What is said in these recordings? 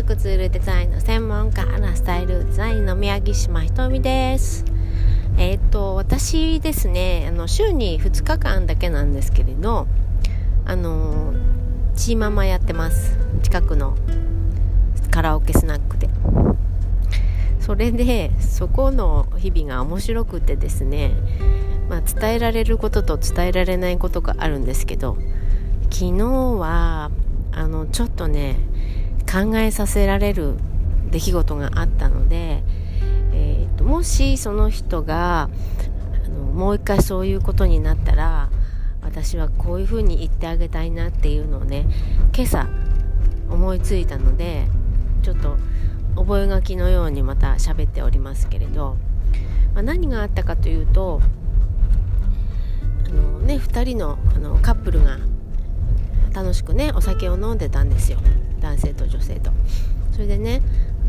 食ツールデザインの専門家スタイルデザインの宮城島ひとみです。私ですね、週に2日間だけなんですけれど、チーママやってます。近くのカラオケスナックで。それでそこの日々が面白くてですね、伝えられることと伝えられないことがあるんですけど、昨日はちょっとね考えさせられる出来事があったので、もしその人がもう一回そういうことになったら、私はこういうふうに言ってあげたいなっていうのをね、今朝思いついたので、ちょっと覚書きのようにまた喋っておりますけれど、何があったかというと、2人のカップルが楽しくねお酒を飲んでたんですよ、男性と女性と。それでね、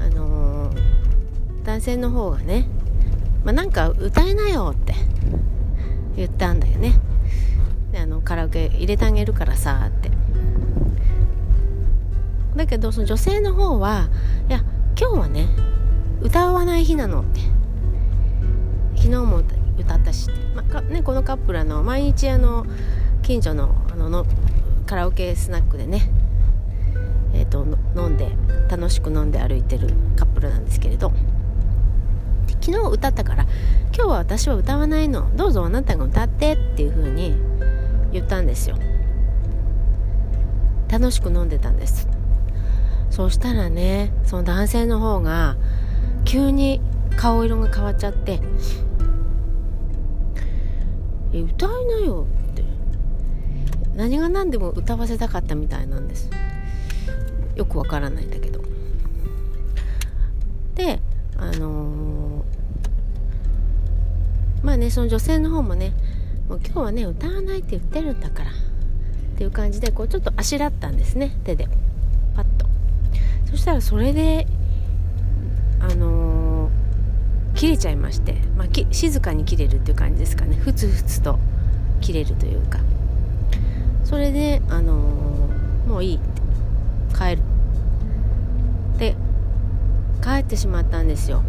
男性の方がね、なんか歌えなよって言ったんだよね。でカラオケ入れてあげるからさって。だけどその女性の方は、いや今日はね歌わない日なのって、昨日も歌ったしって、このカップル毎日近所のカラオケスナックでね、飲んで楽しく飲んで歩いてるカップルなんですけれど、昨日歌ったから今日は私は歌わないの、どうぞあなたが歌ってっていう風に言ったんですよ。楽しく飲んでたんです。そうしたらね、その男性の方が急に顔色が変わっちゃって、歌いなよって、何が何でも歌わせたかったみたいなんです。よくわからないんだけど。でその女性の方もね、もう今日はね歌わないって言ってるんだからっていう感じで、ちょっとあしらったんですね、手でパッと。そしたらそれで切れちゃいまして、静かに切れるっていう感じですかね。ふつふつと切れるというか。それでもういいって帰るで帰ってしまったんですよ。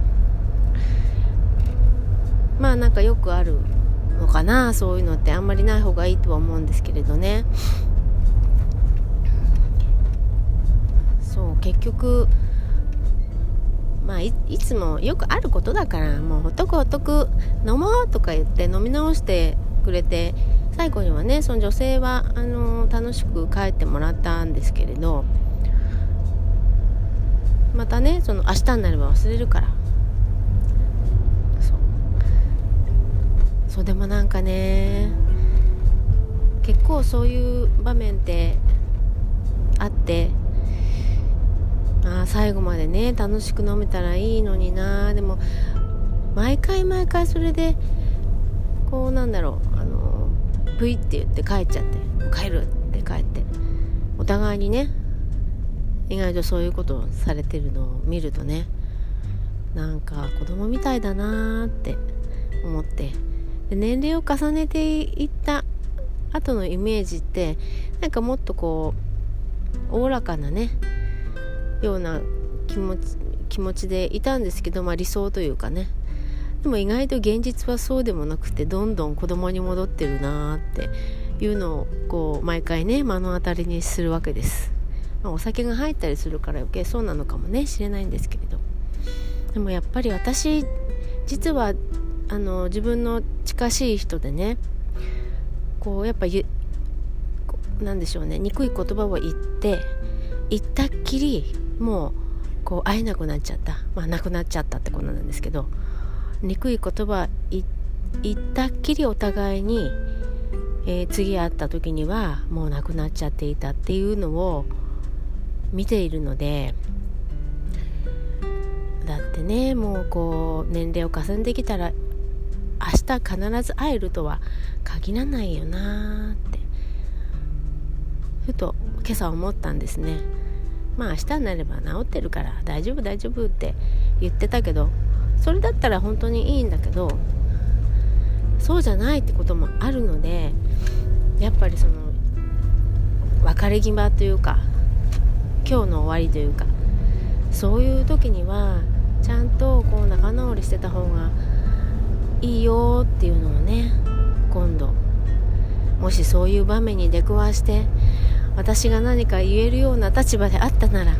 なんかよくあるのかな、そういうのって。あんまりない方がいいとは思うんですけれどね。そう、結局いつもよくあることだから、もうほっとく飲もうとか言って飲み直してくれて、最後にはねその女性は楽しく帰ってもらったんですけれど、またねその明日になれば忘れるから。そうでもなんかね、結構そういう場面ってあって、最後までね楽しく飲めたらいいのにな。でも毎回それでプイって言って帰っちゃって、帰るって帰って、お互いにね意外とそういうことをされてるのを見るとね、なんか子供みたいだなって思って、で年齢を重ねていった後のイメージって、なんかもっとおおらかなねような気持ちでいたんですけど、理想というかね。でも意外と現実はそうでもなくて、どんどん子供に戻ってるなっていうのを毎回ね目の当たりにするわけです。お酒が入ったりするから余計そうなのかもねしれないんですけれど、でもやっぱり私実は自分の近しい人でね、やっぱなんでしょうね、憎い言葉を言ったっきりもう会えなくなっちゃった、なくなっちゃったってことなんですけど、憎い言葉言ったっきりお互いに、次会った時にはもうなくなっちゃっていたっていうのを見ているので、だってねもう年齢を重ねてきたら明日必ず会えるとは限らないよなってふと今朝思ったんですね。明日になれば治ってるから大丈夫って言ってたけど、それだったら本当にいいんだけど、そうじゃないってこともあるので、やっぱりその別れ際というか、今日の終わりというか、 そういう時にはちゃんとこう仲直りしてた方がいいよっていうのをね、今度もしそういう場面に出くわして私が何か言えるような立場であったなら、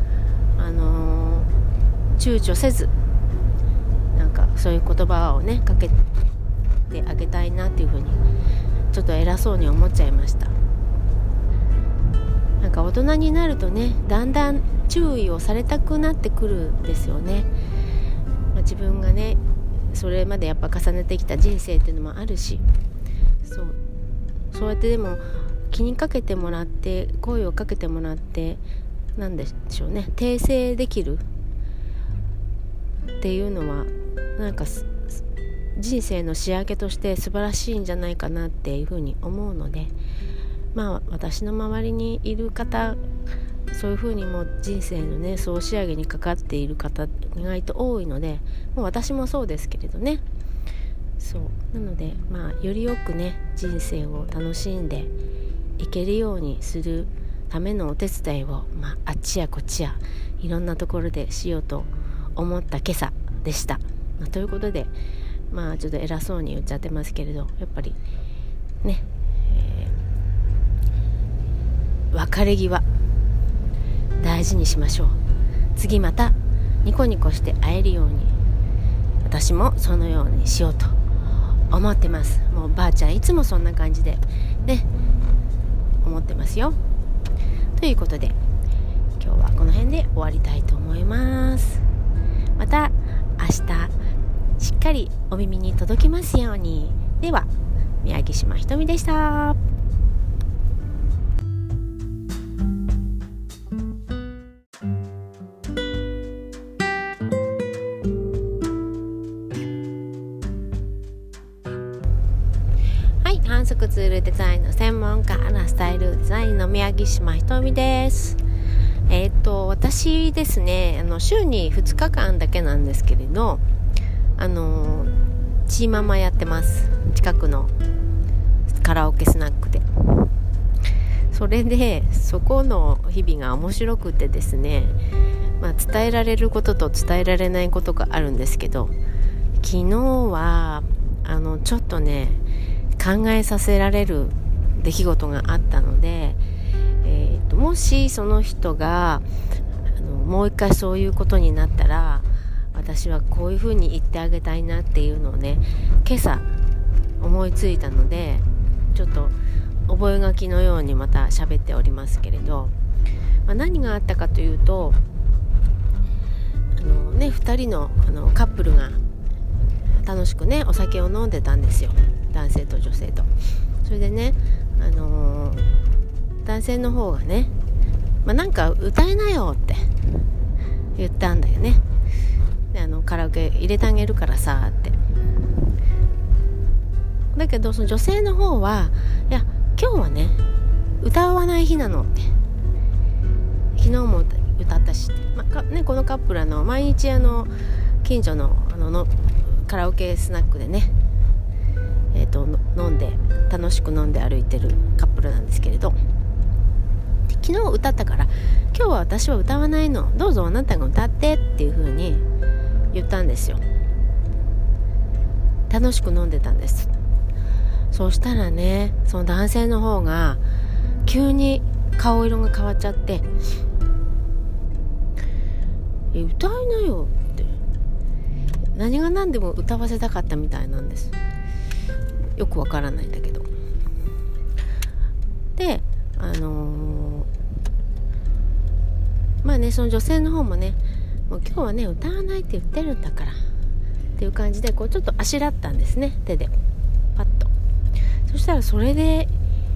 躊躇せずなんかそういう言葉をねかけてあげたいなっていうふうにちょっと偉そうに思っちゃいました。なんか大人になるとね、だんだん注意をされたくなってくるんですよね。自分がねそれまでやっぱ重ねてきた人生っていうのもあるし、そうやってでも気にかけてもらって声をかけてもらってなんでしょうね、訂正できるっていうのはなんか人生の仕上げとして素晴らしいんじゃないかなっていうふうに思うので、私の周りにいる方、そういうふうにもう人生のね総仕上げにかかっている方意外と多いので、もう私もそうですけれどね、なのでよりよくね人生を楽しんでいけるようにするためのお手伝いを、あっちやこっちやいろんなところでしようと思った今朝でした。ということでちょっと偉そうに言っちゃってますけれど、やっぱりね、別れ際大事にしましょう。次またニコニコして会えるように私もそのようにしようと思ってます。もうばあちゃんいつもそんな感じでね思ってますよ。ということで今日はこの辺で終わりたいと思います。また明日しっかりお耳に届きますように。では宮城島ひとみでした。反則ツールデザインの専門家スタイルデザインの宮城島ひとみです。私ですね、週に2日間だけなんですけれど、チーママやってます。近くのカラオケスナックで。それでそこの日々が面白くてですね、伝えられることと伝えられないことがあるんですけど、昨日はちょっとね考えさせられる出来事があったので、もしその人がもう一回そういうことになったら私はこういうふうに言ってあげたいなっていうのをね今朝思いついたので、ちょっと覚書のようにまた喋っておりますけれど、何があったかというと2人のカップルが楽しくねお酒を飲んでたんですよ、男性と女性と。それでね、男性の方がね、なんか歌えなよって言ったんだよね。でカラオケ入れてあげるからさって。だけどその女性の方はいや今日はね歌わない日なのって、昨日も歌ったし、このカップル毎日近所のカラオケスナックでね飲んで楽しく飲んで歩いてるカップルなんですけれど、昨日歌ったから今日は私は歌わないの、どうぞあなたが歌ってっていう風に言ったんですよ。楽しく飲んでたんです。そうしたらねその男性の方が急に顔色が変わっちゃって、歌いなよって、何が何でも歌わせたかったみたいなんです。よくわからないんだけど。でその女性の方もねもう今日はね歌わないって言ってるんだからっていう感じでちょっとあしらったんですね、手でパッと。そしたらそれで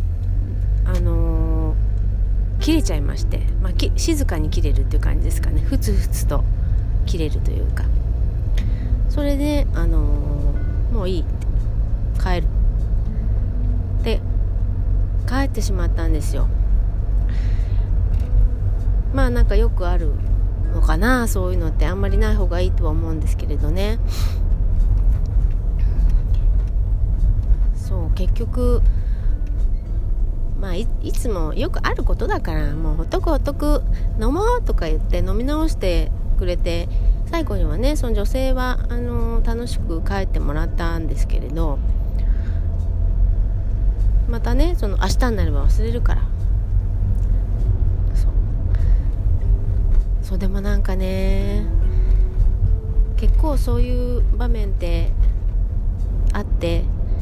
切れちゃいまして、静かに切れるっていう感じですかね。ふつふつと切れるというか、それでもういいって帰るで帰ってしまったんですよ。なんかよくあるのかな、そういうのってあんまりない方がいいとは思うんですけれどね。結局いつもよくあることだから、もうほっとく飲もうとか言って飲み直してくれて、最後にはねその女性は楽しく帰ってもらったんですけれど、またねその明日になれば忘れるから、そうでもなんかね、結構そういう場面ってあって、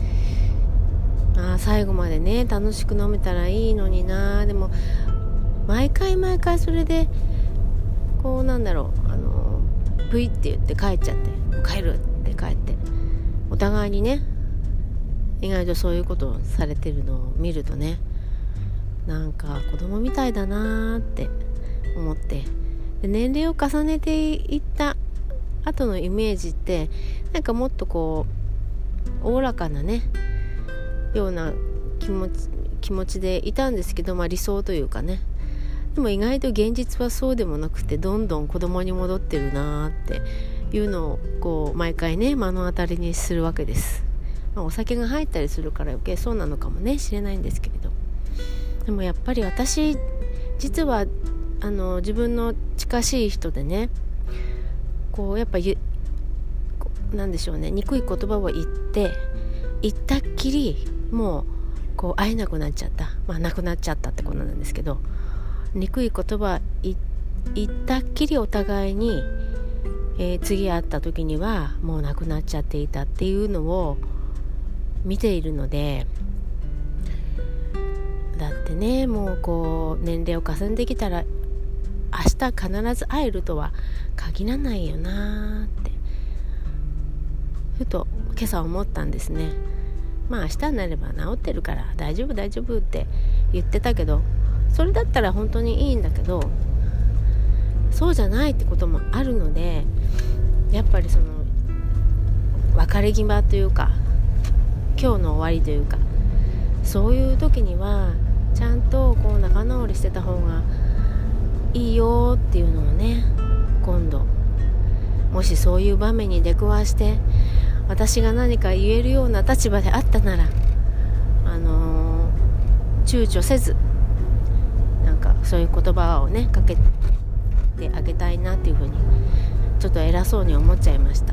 最後までね楽しく飲めたらいいのにな。でも毎回それでこうプイって言って帰っちゃって、帰るって帰って、お互いにね意外とそういうことをされてるのを見るとね、なんか子供みたいだなって思って、で年齢を重ねていった後のイメージってなんかもっとこうおおらかなねような気持ちでいたんですけど、理想というかね。でも意外と現実はそうでもなくて、どんどん子供に戻ってるなっていうのをこう毎回ね目の当たりにするわけです。お酒が入ったりするから余計そうなのかもねしれないんですけれど、でもやっぱり私実は自分の近しい人でね、こうやっぱなんでしょうね、憎い言葉を言ったっきりもうこう会えなくなっちゃった、亡くなっちゃったってことなんですけど、憎い言葉言ったっきりお互いに、次会った時にはもう亡くなっちゃっていたっていうのを見ているので、だってねもうこう年齢を重ねてきたら明日必ず会えるとは限らないよなってふと今朝思ったんですね。明日になれば治ってるから大丈夫って言ってたけど、それだったら本当にいいんだけど、そうじゃないってこともあるので、やっぱりその別れ際というか今日の終わりというか、そういう時にはちゃんとこう仲直りしてた方がいいよっていうのをね、今度もしそういう場面に出くわして私が何か言えるような立場であったなら躊躇せずなんかそういう言葉をねかけてあげたいなっていうふうにちょっと偉そうに思っちゃいました。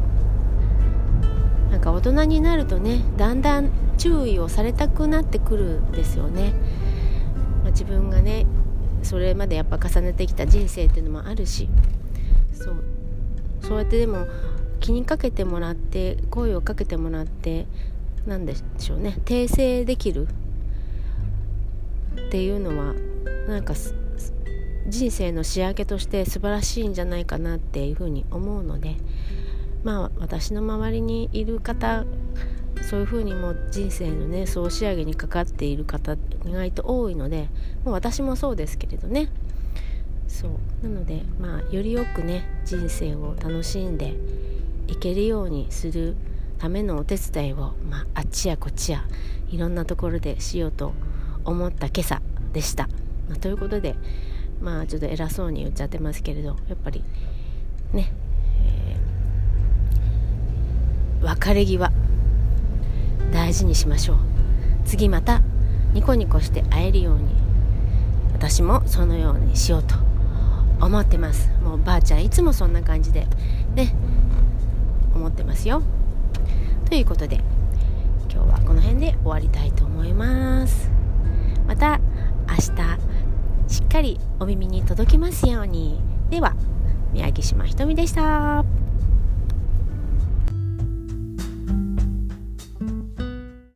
なんか大人になるとねだんだん注意をされたくなってくるんですよね。自分がねそれまでやっぱ重ねてきた人生っていうのもあるし、そうやってでも気にかけてもらって声をかけてもらってなんでしょうね、訂正できるっていうのはなんか人生の仕上げとして素晴らしいんじゃないかなっていうふうに思うので、私の周りにいる方、そういうふうにもう人生のね総仕上げにかかっている方意外と多いので、もう私もそうですけれどね、なのでよりよくね人生を楽しんでいけるようにするためのお手伝いを、あっちやこっちやいろんなところでしようと思った今朝でした。ということでちょっと偉そうに言っちゃってますけれど、やっぱりね、別れ際大事にしましょう。次またニコニコして会えるように私もそのようにしようと思ってます。もうばあちゃんいつもそんな感じでね思ってますよ。ということで今日はこの辺で終わりたいと思います。また明日しっかりお耳に届きますように。では宮城島ひとみでした。